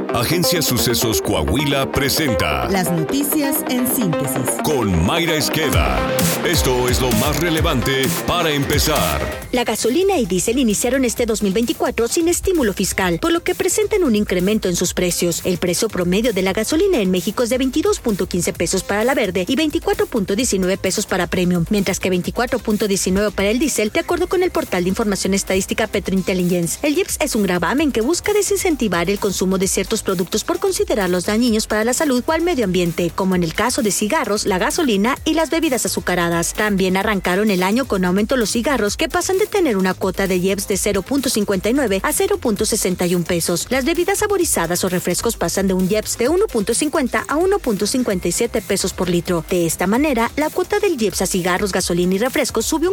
Agencia Sucesos Coahuila presenta las noticias en síntesis con Mayra Esqueda. Esto es lo más relevante para empezar. La gasolina y diésel iniciaron este 2024 sin estímulo fiscal, por lo que presentan un incremento en sus precios. El precio promedio de la gasolina en México es de 22.15 pesos para la verde y 24.19 pesos para premium, mientras que 24.19 para el diésel, de acuerdo con el portal de información estadística Petrointelligence. El IEPS es un gravamen que busca desincentivar el consumo de ciertos productos por considerarlos dañinos para la salud o al medio ambiente, como en el caso de cigarros, la gasolina y las bebidas azucaradas. También arrancaron el año con aumento los cigarros, que pasan de tener una cuota de IEPS de 0.59 a 0.61 pesos. Las bebidas saborizadas o refrescos pasan de un IEPS de 1.50 a 1.57 pesos por litro. De esta manera, la cuota del IEPS a cigarros, gasolina y refrescos subió un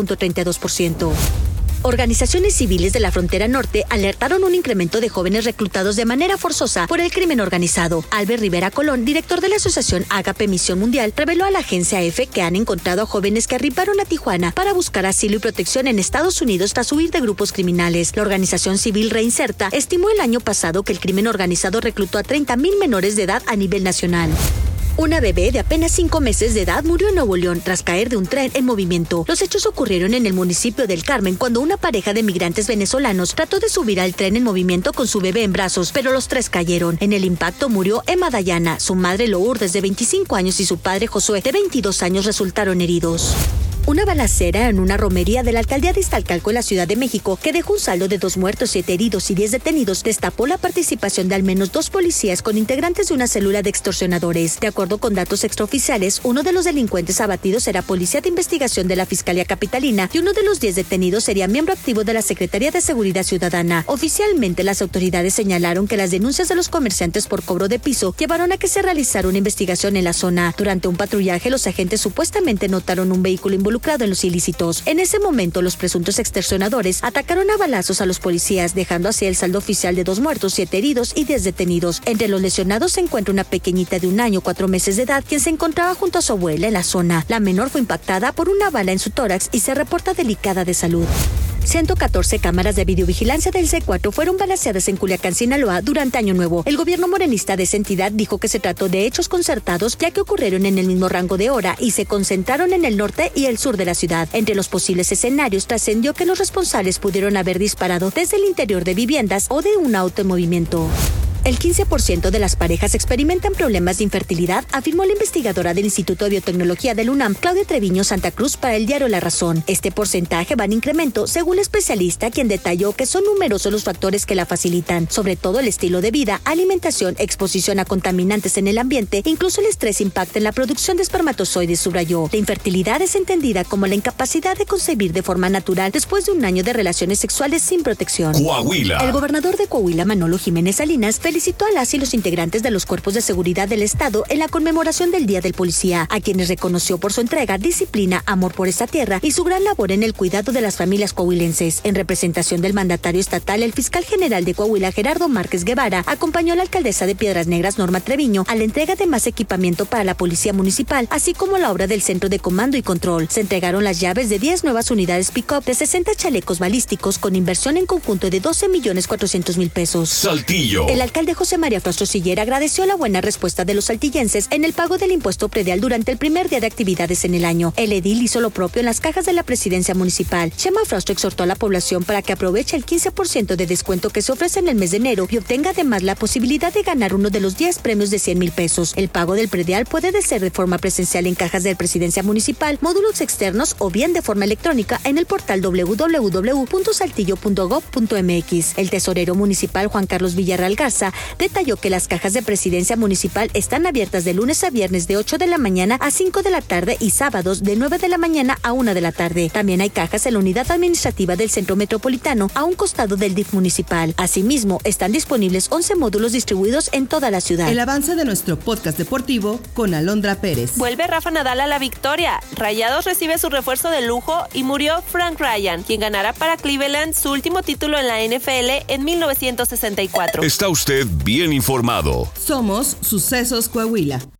4.32%. Organizaciones civiles de la frontera norte alertaron un incremento de jóvenes reclutados de manera forzosa por el crimen organizado. Albert Rivera Colón, director de la asociación Agape Misión Mundial, reveló a la agencia EFE que han encontrado a jóvenes que arribaron a Tijuana para buscar asilo y protección en Estados Unidos tras huir de grupos criminales. La organización civil Reinserta estimó el año pasado que el crimen organizado reclutó a 30,000 menores de edad a nivel nacional. Una bebé de apenas 5 meses de edad murió en Nuevo León tras caer de un tren en movimiento. Los hechos ocurrieron en el municipio del Carmen cuando una pareja de migrantes venezolanos trató de subir al tren en movimiento con su bebé en brazos, pero los tres cayeron. En el impacto murió Emma Dayana, su madre Lourdes de 25 años y su padre Josué de 22 años resultaron heridos. Una balacera en una romería de la alcaldía de Iztacalco en la Ciudad de México, que dejó un saldo de 2 muertos, 7 heridos y 10 detenidos, destapó la participación de al menos 2 policías con integrantes de una célula de extorsionadores. De acuerdo con datos extraoficiales, uno de los delincuentes abatidos era policía de investigación de la Fiscalía Capitalina y uno de los 10 detenidos sería miembro activo de la Secretaría de Seguridad Ciudadana. Oficialmente, las autoridades señalaron que las denuncias de los comerciantes por cobro de piso llevaron a que se realizara una investigación en la zona. Durante un patrullaje, los agentes supuestamente notaron un vehículo involucrado en los ilícitos. En ese momento, los presuntos extorsionadores atacaron a balazos a los policías, dejando así el saldo oficial de 2 muertos, 7 heridos y 10 detenidos. Entre los lesionados se encuentra una pequeñita de 1 año, 4 meses de edad, quien se encontraba junto a su abuela en la zona. La menor fue impactada por una bala en su tórax y se reporta delicada de salud. 114 cámaras de videovigilancia del C4 fueron balaceadas en Culiacán, Sinaloa, durante Año Nuevo. El gobierno morenista de esa entidad dijo que se trató de hechos concertados, ya que ocurrieron en el mismo rango de hora y se concentraron en el norte y el sur de la ciudad. Entre los posibles escenarios trascendió que los responsables pudieron haber disparado desde el interior de viviendas o de un auto en movimiento. El 15% de las parejas experimentan problemas de infertilidad, afirmó la investigadora del Instituto de Biotecnología del UNAM, Claudia Treviño Santa Cruz, para el diario La Razón. Este porcentaje va en incremento, según la especialista, quien detalló que son numerosos los factores que la facilitan, sobre todo el estilo de vida, alimentación, exposición a contaminantes en el ambiente, incluso el estrés impacta en la producción de espermatozoides, subrayó. La infertilidad es entendida como la incapacidad de concebir de forma natural después de un año de relaciones sexuales sin protección. Coahuila. El gobernador de Coahuila, Manolo Jiménez Salinas, felicitó a las y los integrantes de los cuerpos de seguridad del Estado en la conmemoración del Día del Policía, a quienes reconoció por su entrega, disciplina, amor por esta tierra y su gran labor en el cuidado de las familias coahuilenses. En representación del mandatario estatal, el fiscal general de Coahuila, Gerardo Márquez Guevara, acompañó a la alcaldesa de Piedras Negras, Norma Treviño, a la entrega de más equipamiento para la policía municipal, así como la obra del Centro de Comando y Control. Se entregaron las llaves de 10 nuevas unidades pick-up, de 60 chalecos balísticos con inversión en conjunto de 12,400,000 pesos. Saltillo. El alcalde José María Frostro Siller agradeció la buena respuesta de los saltillenses en el pago del impuesto predial durante el primer día de actividades en el año. El edil hizo lo propio en las cajas de la presidencia municipal. Chema Frostro exhortó a la población para que aproveche el 15% de descuento que se ofrece en el mes de enero y obtenga además la posibilidad de ganar uno de los 10 premios de 100,000 pesos. El pago del predial puede ser de forma presencial en cajas de presidencia municipal, módulos externos o bien de forma electrónica en el portal www.saltillo.gov.mx. El tesorero municipal Juan Carlos Villarreal Garza detalló que las cajas de presidencia municipal están abiertas de lunes a viernes de 8 de la mañana a 5 de la tarde y sábados de 9 de la mañana a 1 de la tarde. También hay cajas en la unidad administrativa del Centro Metropolitano a un costado del DIF municipal. Asimismo, están disponibles 11 módulos distribuidos en toda la ciudad. El avance de nuestro podcast deportivo con Alondra Pérez. Vuelve Rafa Nadal a la victoria. Rayados recibe su refuerzo de lujo y murió Frank Ryan, quien ganará para Cleveland su último título en la NFL en 1964. Está usted bien informado. Somos Sucesos Coahuila.